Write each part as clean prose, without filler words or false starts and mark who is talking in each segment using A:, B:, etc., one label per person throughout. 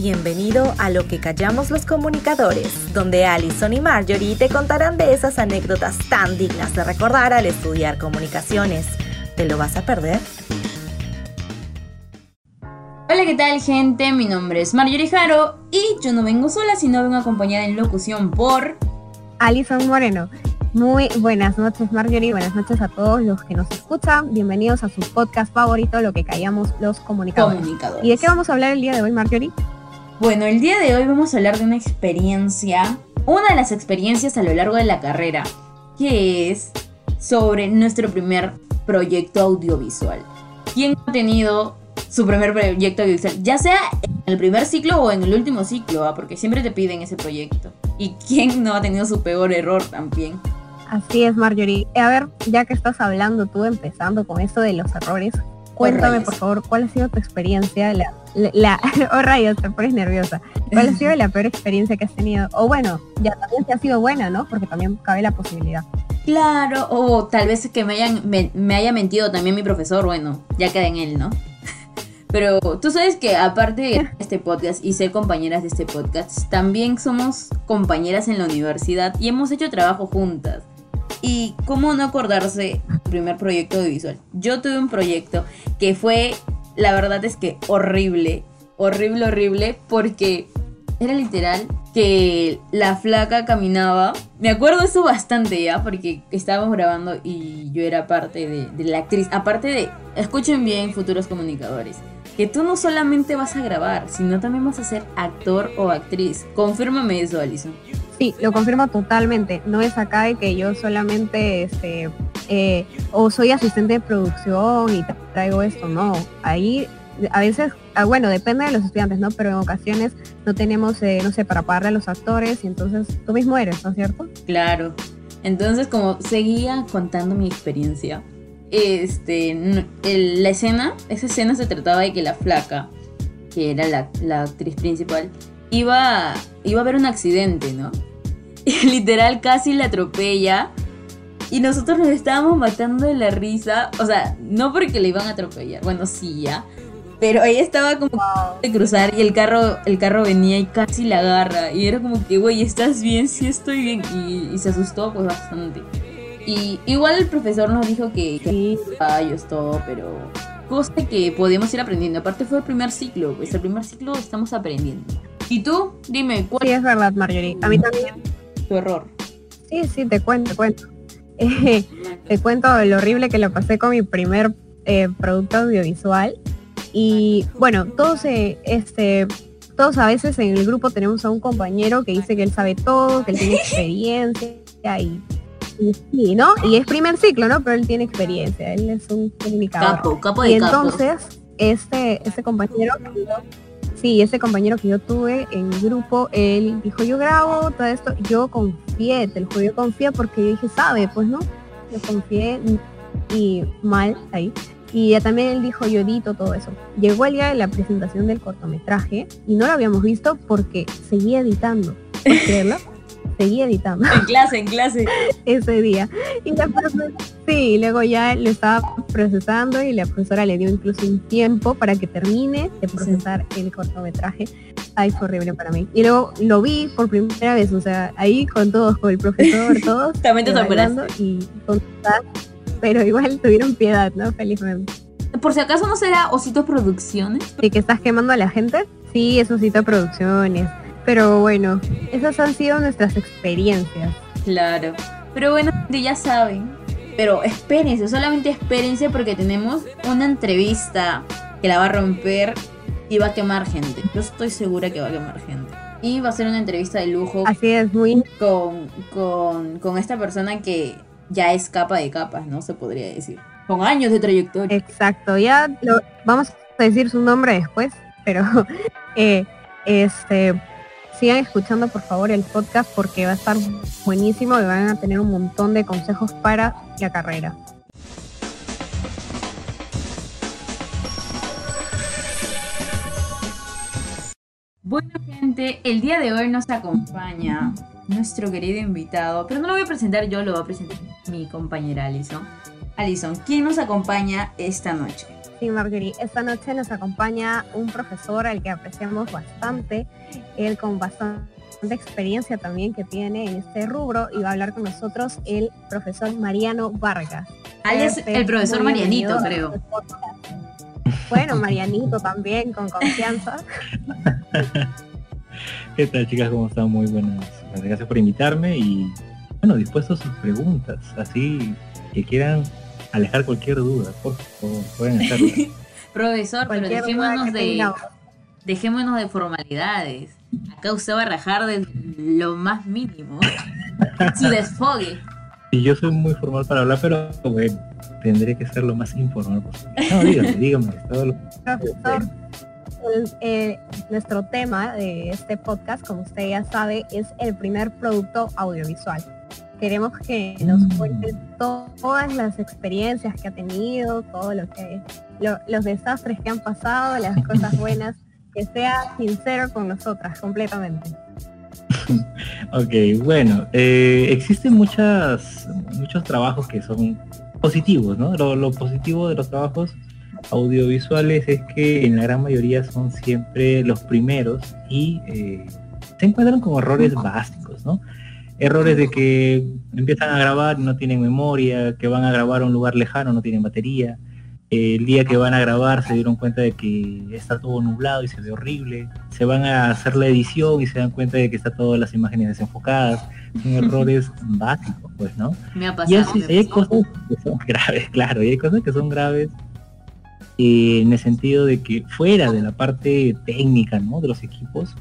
A: Bienvenido a Lo que callamos los comunicadores, donde Alison y Marjorie te contarán de esas anécdotas tan dignas de recordar al estudiar comunicaciones. ¿Te lo vas a perder?
B: Hola, ¿qué tal, gente? Mi nombre es Marjorie Jaro y yo no vengo sola, sino vengo acompañada en locución por
C: Alison Moreno. Muy buenas noches, Marjorie, buenas noches a todos los que nos escuchan. Bienvenidos a su podcast favorito, Lo que callamos los comunicadores. ¿Y de qué vamos a hablar el día de hoy, Marjorie?
B: Bueno, el día de hoy vamos a hablar de una de las experiencias a lo largo de la carrera, que es sobre nuestro primer proyecto audiovisual. ¿Quién ha tenido su primer proyecto audiovisual? Ya sea en el primer ciclo o en el último ciclo, porque siempre te piden ese proyecto. ¿Y quién no ha tenido su peor error también?
C: Así es, Marjorie. A ver, ya que estás hablando tú, empezando con esto de los errores, cuéntame, por favor, ¿cuál ha sido tu experiencia? Oh, rayos, te pones nerviosa. ¿Cuál ha sido la peor experiencia que has tenido? O bueno, ya también te ha sido buena, ¿no? Porque también cabe la posibilidad.
B: Claro, o tal vez que me haya mentido también mi profesor, bueno, ya queda en él, ¿no? Pero tú sabes que aparte de este podcast y ser compañeras de este podcast, también somos compañeras en la universidad y hemos hecho trabajo juntas. Y cómo no acordarse del primer proyecto audiovisual. Yo tuve un proyecto que fue, la verdad es que horrible, porque era literal que la flaca caminaba. Me acuerdo eso bastante ya, porque estábamos grabando y yo era parte de la actriz. Aparte de, escuchen bien, futuros comunicadores, que tú no solamente vas a grabar, sino también vas a ser actor o actriz. Confírmame eso, Alison.
C: Sí, lo confirmo totalmente. No es acá de que yo solamente o soy asistente de producción y traigo esto, no. Ahí a veces, bueno, depende de los estudiantes, ¿no? Pero en ocasiones no tenemos, no sé, para pagarle a los actores y entonces tú mismo eres, ¿no es cierto?
B: Claro. Entonces, como seguía contando mi experiencia, esa escena se trataba de que la flaca, que era la actriz principal, iba a haber un accidente, ¿no? Y literal casi la atropella y nosotros nos estábamos matando de la risa, o sea, no porque le iban a atropellar, bueno, sí ya, pero ella estaba como de cruzar y el carro venía y casi la agarra y era como que, güey, ¿estás bien? Sí, estoy bien, y se asustó pues bastante. Y igual el profesor nos dijo que fallos, todo, pero cosa que podíamos ir aprendiendo. Aparte fue el primer ciclo, pues el primer ciclo estamos aprendiendo. ¿Y tú? Dime, ¿cuál?
C: Sí, es verdad, Marjorie. A mí también.
B: Tu error.
C: Sí, te cuento. Te cuento lo horrible que lo pasé con mi primer producto audiovisual. Y bueno, todos a veces en el grupo tenemos a un compañero que dice que él sabe todo, que él tiene experiencia y sí, ¿no? Y es primer ciclo, ¿no? Pero él tiene experiencia, él es un comunicador.
B: Capo de capos.
C: Y entonces, ese compañero que yo tuve en mi grupo, él dijo, yo grabo todo esto, yo confié porque yo dije, sabe, pues, ¿no? Yo confié y mal ahí. Y ya también él dijo, yo edito todo eso. Llegó el día de la presentación del cortometraje y no lo habíamos visto porque seguía editando. ¿Puedes creerlo? Seguía editando.
B: En clase.
C: Ese día. Y luego ya lo estaba procesando y la profesora le dio incluso un tiempo para que termine de procesar el cortometraje. Ay, fue horrible para mí. Y luego lo vi por primera vez, o sea, ahí con todos, con el profesor, todos.
B: También te sorprendió.
C: Y pero igual tuvieron piedad, ¿no? Felizmente.
B: Por si acaso no será Osito Producciones.
C: ¿Y que estás quemando a la gente? Sí, es Osito Producciones. Pero bueno, esas han sido nuestras experiencias.
B: Claro. Pero bueno, ya saben. Pero espérense, solamente espérense porque tenemos una entrevista que la va a romper y va a quemar gente. Yo estoy segura que va a quemar gente. Y va a ser una entrevista de lujo.
C: Así es, muy...
B: Con esta persona que ya es capa de capas, ¿no? Se podría decir. Con años de trayectoria.
C: Exacto, vamos a decir su nombre después, pero... sigan escuchando por favor el podcast porque va a estar buenísimo y van a tener un montón de consejos para la carrera.
B: Bueno, gente, el día de hoy nos acompaña nuestro querido invitado, pero no lo voy a presentar yo, lo va a presentar mi compañera Alison. Alison, ¿quién nos acompaña esta noche?
C: Sí, Marjorie, esta noche nos acompaña un profesor al que apreciamos bastante, él con bastante experiencia también que tiene en este rubro, y va a hablar con nosotros el profesor Mariano Vargas.
B: Es el profesor Marianito, creo.
C: Bueno, Marianito también, con confianza.
D: ¿Qué tal, chicas? ¿Cómo están? Muy buenas. Gracias por invitarme y, bueno, dispuesto a sus preguntas, así que quieran alejar cualquier duda, por favor, pueden hacerlo.
B: Profesor, pero dejémonos de formalidades. Acá usted va a rajar de lo más mínimo. Su desfogue.
D: Y yo soy muy formal para hablar, pero bueno, tendré que ser lo más informal posible. No, dígame. Todo lo...
C: Profesor, nuestro tema de este podcast, como usted ya sabe, es el primer producto audiovisual. Queremos que nos cuente todas las experiencias que ha tenido, todo lo que los desastres que han pasado, las cosas buenas, que sea sincero con nosotras completamente.
D: Ok, bueno, existen muchos trabajos que son positivos, ¿no? Lo positivo de los trabajos audiovisuales es que en la gran mayoría son siempre los primeros y se encuentran con errores básicos, ¿no? Errores de que empiezan a grabar y no tienen memoria, que van a grabar a un lugar lejano, no tienen batería. El día que van a grabar se dieron cuenta de que está todo nublado y se ve horrible. Se van a hacer la edición y se dan cuenta de que está todas las imágenes desenfocadas. Son errores básicos, pues, ¿no?
B: Me ha pasado.
D: Y así, hay cosas que son graves, claro, y hay cosas que son graves en el sentido de que fuera de la parte técnica, ¿no?, de los equipos,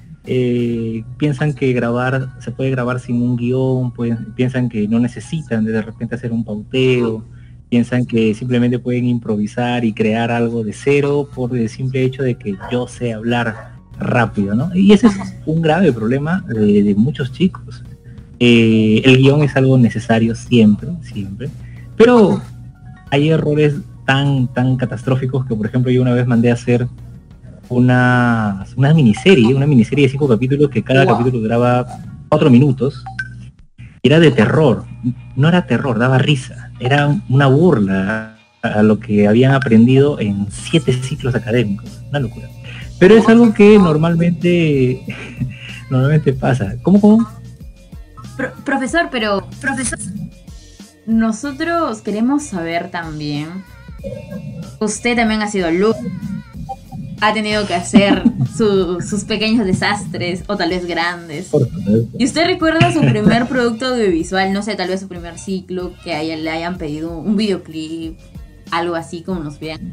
D: piensan que se puede grabar sin un guión, piensan que no necesitan de repente hacer un pauteo, piensan que simplemente pueden improvisar y crear algo de cero por el simple hecho de que yo sé hablar rápido, ¿no? Y ese es un grave problema de muchos chicos. El guión es algo necesario siempre, pero hay errores tan catastróficos que, por ejemplo, yo una vez mandé a hacer una miniserie de 5 capítulos que cada capítulo duraba 4 minutos. Era de terror, no era terror, daba risa, era una burla a lo que habían aprendido en 7 ciclos académicos, una locura. Pero es algo que normalmente pasa. ¿Cómo?
B: Profesor, nosotros queremos saber también, usted también ha sido alumno, ha tenido que hacer sus pequeños desastres, o tal vez grandes. ¿Y usted recuerda su primer producto audiovisual? No sé, tal vez su primer ciclo, que le hayan pedido un videoclip, algo así como nos vean.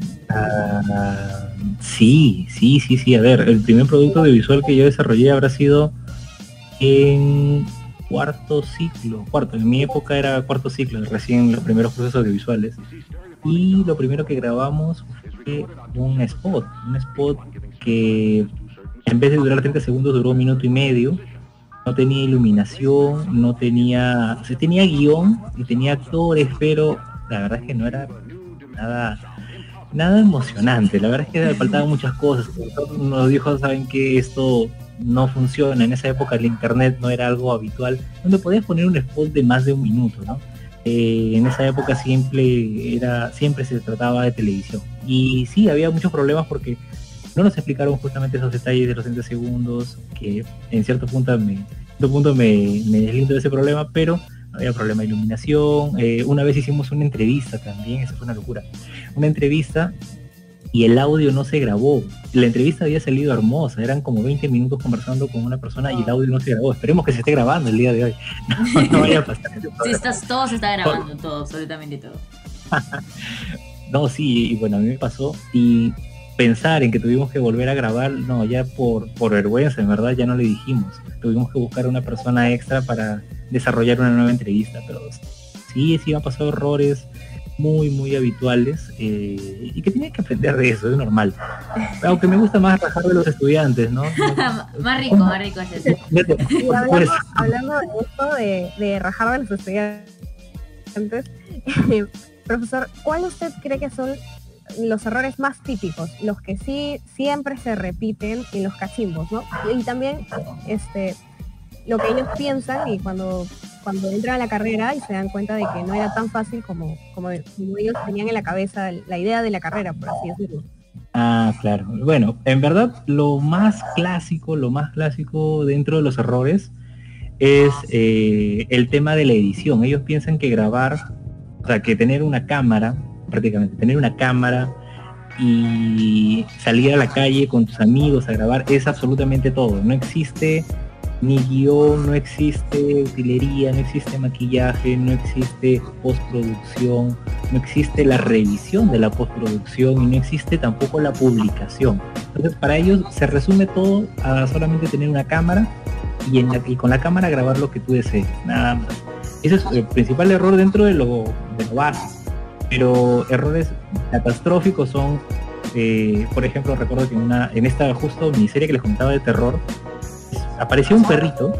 D: Sí. A ver, el primer producto audiovisual que yo desarrollé habrá sido en cuarto, en mi época era cuarto ciclo, recién los primeros cursos audiovisuales. Y lo primero que grabamos fue un spot que en vez de durar 30 segundos duró 1 minuto y medio. No tenía iluminación, tenía guión y tenía actores, pero la verdad es que no era nada emocionante. La verdad es que faltaban muchas cosas. Nos dijo, saben que esto no funciona. En esa época el internet no era algo habitual, donde podías poner un spot de más de 1 minuto, ¿no? En esa época siempre se trataba de televisión. Y sí, había muchos problemas porque no nos explicaron justamente esos detalles de los 30 segundos, que en cierto punto me deslindo de ese problema, pero había problema de iluminación. Una vez hicimos una entrevista también, esa fue una locura. Una entrevista y el audio no se grabó. La entrevista había salido hermosa, eran como 20 minutos conversando con una persona y el audio no se grabó. Esperemos que se esté grabando el día de hoy. No vaya a pasar.
B: Sí, todo se está grabando, todo, absolutamente todo.
D: No, sí, y bueno, a mí me pasó, y pensar en que tuvimos que volver a grabar, no, ya por vergüenza, en verdad, ya no le dijimos. Tuvimos que buscar una persona extra para desarrollar una nueva entrevista, pero sí me han pasado errores muy habituales, y que tienes que aprender de eso, es normal. Aunque me gusta más rajar de los estudiantes, ¿no?
B: Más rico es eso.
C: Hablando de esto de rajar de los estudiantes, profesor, ¿cuál usted cree que son los errores más típicos, los que sí siempre se repiten en los cachimbos, ¿no? Y también lo que ellos piensan, y cuando cuando entran a la carrera y se dan cuenta de que no era tan fácil como ellos tenían en la cabeza la idea de la carrera, por así decirlo.
D: Ah, claro. Bueno, en verdad lo más clásico dentro de los errores es el tema de la edición. Ellos piensan que grabar, o sea, que tener una cámara, prácticamente tener una cámara y salir a la calle con tus amigos a grabar es absolutamente todo. No existe ni guión, no existe utilería, no existe maquillaje, no existe postproducción, no existe la revisión de la postproducción y no existe tampoco la publicación. Entonces para ellos se resume todo a solamente tener una cámara y con la cámara grabar lo que tú desees, nada más. Ese es el principal error dentro de lo básico. Pero errores catastróficos son, por ejemplo, recuerdo que en esta justo miniserie que les comentaba de terror, apareció un perrito,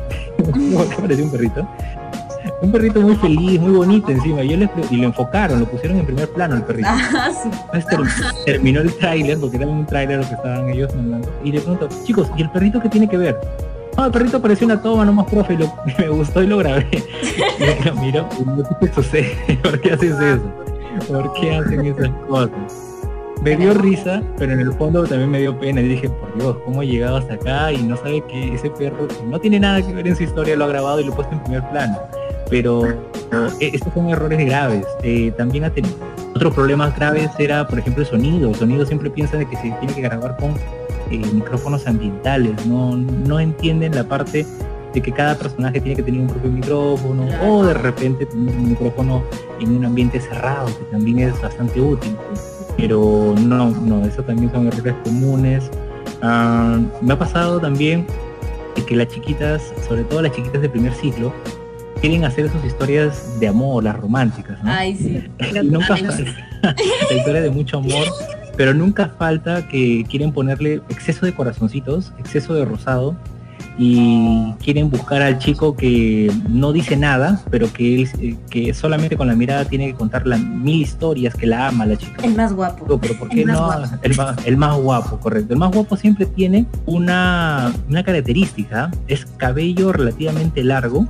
D: un perrito muy feliz, muy bonito encima, y lo enfocaron, lo pusieron en primer plano el perrito. Entonces terminó el tráiler, porque era un tráiler lo que estaban ellos mandando, y le pregunto, chicos, ¿y el perrito qué tiene que ver? No, el perrito apareció una toma nomás, profe, me gustó y lo grabé. Y lo miro, ¿qué te sucede? ¿Por qué haces eso? ¿Por qué hacen esas cosas? Me dio risa, pero en el fondo también me dio pena y dije, por Dios, ¿cómo he llegado hasta acá? Y no sabe que ese perro que no tiene nada que ver en su historia lo ha grabado y lo ha puesto en primer plano. Pero estos son errores graves. También ha tenido otros problemas graves, era por ejemplo el sonido. El sonido siempre piensa de que se tiene que grabar con micrófonos ambientales. No entienden la parte de que cada personaje tiene que tener un propio micrófono, o de repente tener un micrófono en un ambiente cerrado, que también es bastante útil. Pero no, eso también son errores comunes. Me ha pasado también que las chiquitas, sobre todo las chiquitas de primer ciclo, quieren hacer sus historias de amor, las románticas, ¿no?
B: Ay, sí.
D: Y nunca falta la historia de mucho amor, pero nunca falta que quieren ponerle exceso de corazoncitos, exceso de rosado, y quieren buscar al chico que no dice nada, pero que solamente con la mirada tiene que contar las 1000 historias, que la ama la chica.
B: El más guapo.
D: Pero ¿por qué no? El más guapo, correcto. El más guapo siempre tiene una característica, es cabello relativamente largo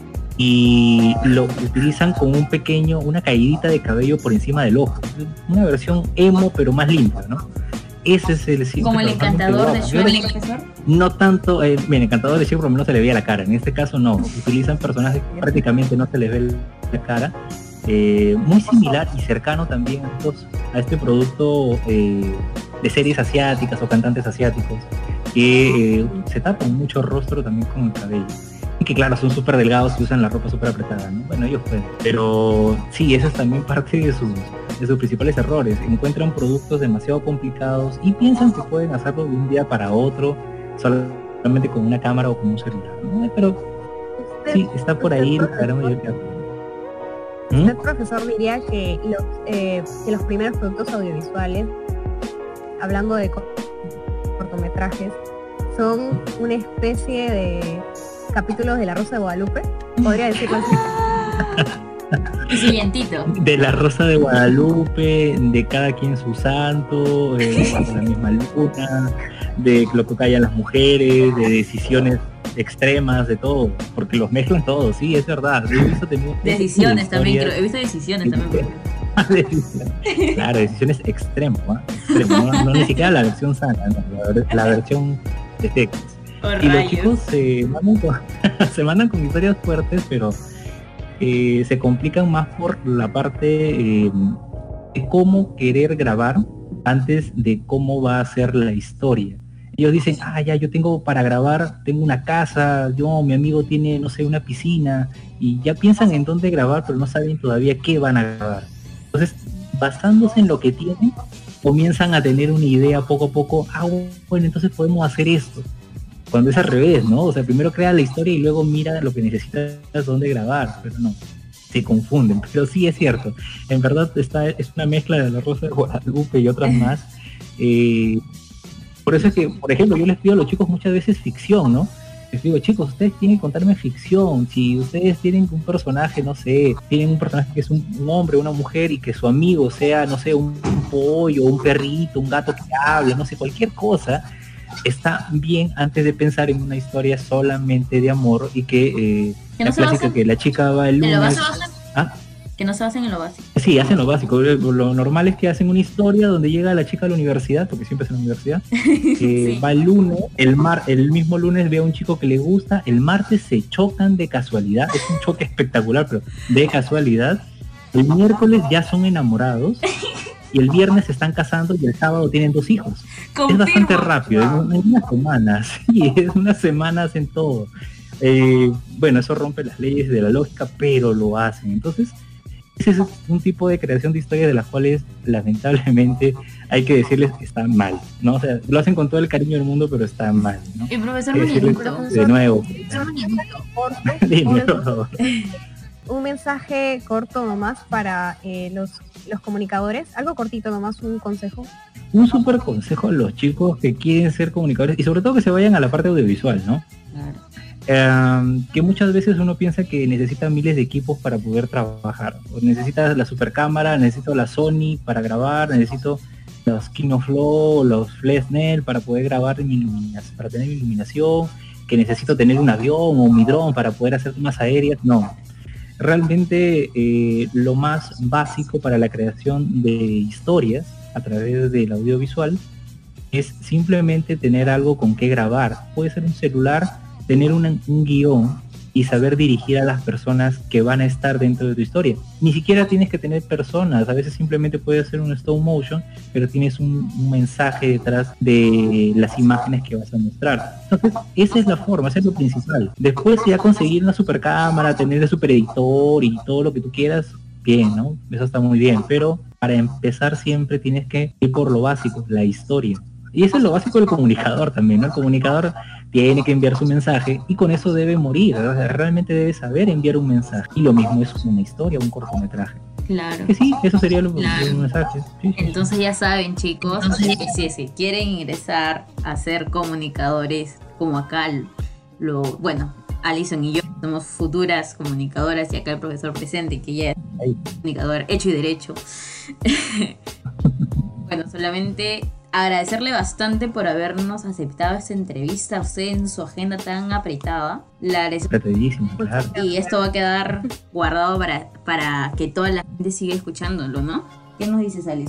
D: y lo utilizan con una caidita de cabello por encima del ojo. Una versión emo pero más limpia, ¿no? Ese es el
B: como el encantador de Shrek, profesor.
D: No tanto, el encantador de Shrek por lo menos se le veía la cara. En este caso no, utilizan personajes que prácticamente no se les ve la cara. Muy similar y cercano también a este producto de series asiáticas o cantantes asiáticos que se tapan mucho rostro también con el cabello. Y que claro, son súper delgados y usan la ropa súper apretada, ¿no? Bueno, ellos pueden. Pero sí, eso es también parte de sus principales errores. Encuentran productos demasiado complicados y piensan que pueden hacerlo de un día para otro solamente con una cámara o con un celular, ¿no? Pero sí, está por ahí la gran mayoría.
C: ¿Usted, profesor, diría que los primeros productos audiovisuales, hablando de cortometrajes, son una especie de capítulos de La Rosa de Guadalupe? ¿Podría decirlo así?
B: Y su vientito.
D: De La Rosa de Guadalupe, de Cada quien su santo, Bajo la misma luna, de lo que callan las mujeres, de decisiones extremas, de todo, porque los mezclan todos, sí, es verdad. He visto
B: decisiones también, creo, he visto decisiones también.
D: Claro, decisiones extremas, ¿no? No ni siquiera la versión sana, no, la versión de Texas. Y los chicos se mandan con historias fuertes, pero se complican más por la parte de cómo querer grabar antes de cómo va a ser la historia. Ellos dicen, ya, yo tengo para grabar, tengo una casa, mi amigo tiene, no sé, una piscina, y ya piensan en dónde grabar, pero no saben todavía qué van a grabar. Entonces, basándose en lo que tienen, comienzan a tener una idea poco a poco, bueno, entonces podemos hacer esto. Cuando es al revés, ¿no? O sea, primero crea la historia y luego mira lo que necesitas, dónde grabar, pero no, se confunden. Pero sí es cierto, en verdad es una mezcla de La Rosa de Guadalupe y otras más. Por eso es que, por ejemplo, yo les pido a los chicos muchas veces ficción, ¿no? Les digo, chicos, ustedes tienen que contarme ficción. Si ustedes tienen un personaje, no sé, tienen un personaje que es un hombre, una mujer, y que su amigo sea, no sé, un pollo, un perrito, un gato que hable, no sé, cualquier cosa, está bien antes de pensar en una historia solamente de amor y que
B: no
D: la
B: se
D: clásica
B: basen
D: que la chica va el
B: en lo
D: lunes.
B: básico.
D: ¿Ah?
B: Que no se basen en lo básico.
D: Sí, hacen lo básico. Lo normal es que hacen una historia donde llega la chica a la universidad, porque siempre es en la universidad.
B: Sí.
D: Va el lunes, el mismo lunes ve a un chico que le gusta, el martes se chocan de casualidad, es un choque espectacular, pero de casualidad. El miércoles ya son enamorados y el viernes se están casando y el sábado tienen 2 hijos.
B: Confirmo.
D: Es bastante rápido, en unas semanas, sí, es unas semanas en todo. Bueno, eso rompe las leyes de la lógica, pero lo hacen. Entonces, ese es un tipo de creación de historias de las cuales lamentablemente hay que decirles que está mal, ¿no? O sea, lo hacen con todo el cariño del mundo, pero está mal, ¿no?
B: Y profesor
D: Hay que decirles
B: Manuelito.
D: de nuevo.
C: Corto,
D: Dime, por favor.
C: un mensaje corto nomás para los comunicadores, algo cortito nomás, un consejo.
D: Un súper consejo a los chicos que quieren ser comunicadores y sobre todo que se vayan a la parte audiovisual, ¿no?
B: Claro.
D: Que muchas veces uno piensa que necesita miles de equipos para poder trabajar. O necesita la super cámara, necesito la Sony para grabar, necesito los Kinoflow, los Fresnel para poder grabar para tener iluminación, que necesito tener un avión o mi dron para poder hacer tomas aéreas. No. Realmente lo más básico para la creación de historias a través del audiovisual es simplemente tener algo con que grabar. Puede ser un celular, tener un guión y saber dirigir a las personas que van a estar dentro de tu historia. Ni siquiera tienes que tener personas, a veces simplemente puede ser un stop motion, pero tienes un mensaje detrás de las imágenes que vas a mostrar. Entonces, esa es la forma, esa es lo principal. Después ya conseguir una super cámara, tener el super editor y todo lo que tú quieras, bien, ¿no? Eso está muy bien, pero para empezar siempre tienes que ir por lo básico, la historia. Y eso es lo básico del comunicador también, ¿no? El comunicador tiene que enviar su mensaje y con eso debe morir, o sea, realmente debe saber enviar un mensaje. Y lo mismo es una historia, un cortometraje.
B: Claro.
D: Que sí, eso sería los mensajes. Sí, sí.
B: Entonces ya saben, chicos, si quieren ingresar a ser comunicadores, como acá bueno, Alison y yo somos futuras comunicadoras y acá el profesor presente que ya es comunicador hecho y derecho. Bueno, solamente agradecerle bastante por habernos aceptado esta entrevista, usted en su agenda tan apretada. La
D: Apretadísimo, claro.
B: Y esto va a quedar guardado para que toda la gente siga escuchándolo, ¿no? ¿Qué nos dices, Alice?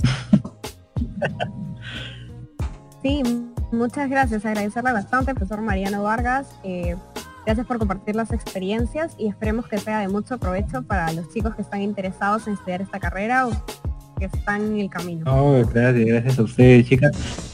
C: Sí, muchas gracias, agradecerle bastante, profesor Mariano Vargas. Gracias por compartir las experiencias y esperemos que sea de mucho provecho para los chicos que están interesados en estudiar esta carrera o que están en el camino.
D: Oh, gracias a ustedes, chicas.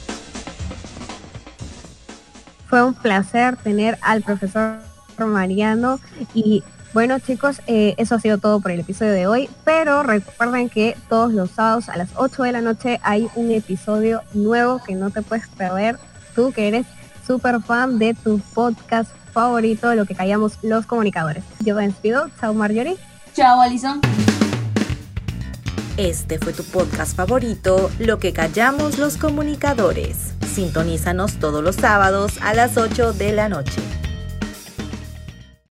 C: Fue un placer tener al profesor Mariano y bueno, chicos, eso ha sido todo por el episodio de hoy, pero recuerden que todos los sábados a las 8 de la noche hay un episodio nuevo que no te puedes perder, tú que eres súper fan de tu podcast favorito, Lo que callamos los comunicadores. Yo me despido, chao Marjorie.
B: Chao, Alison.
A: Este fue tu podcast favorito, Lo que callamos los comunicadores. Sintonízanos todos los sábados a las 8 de la noche.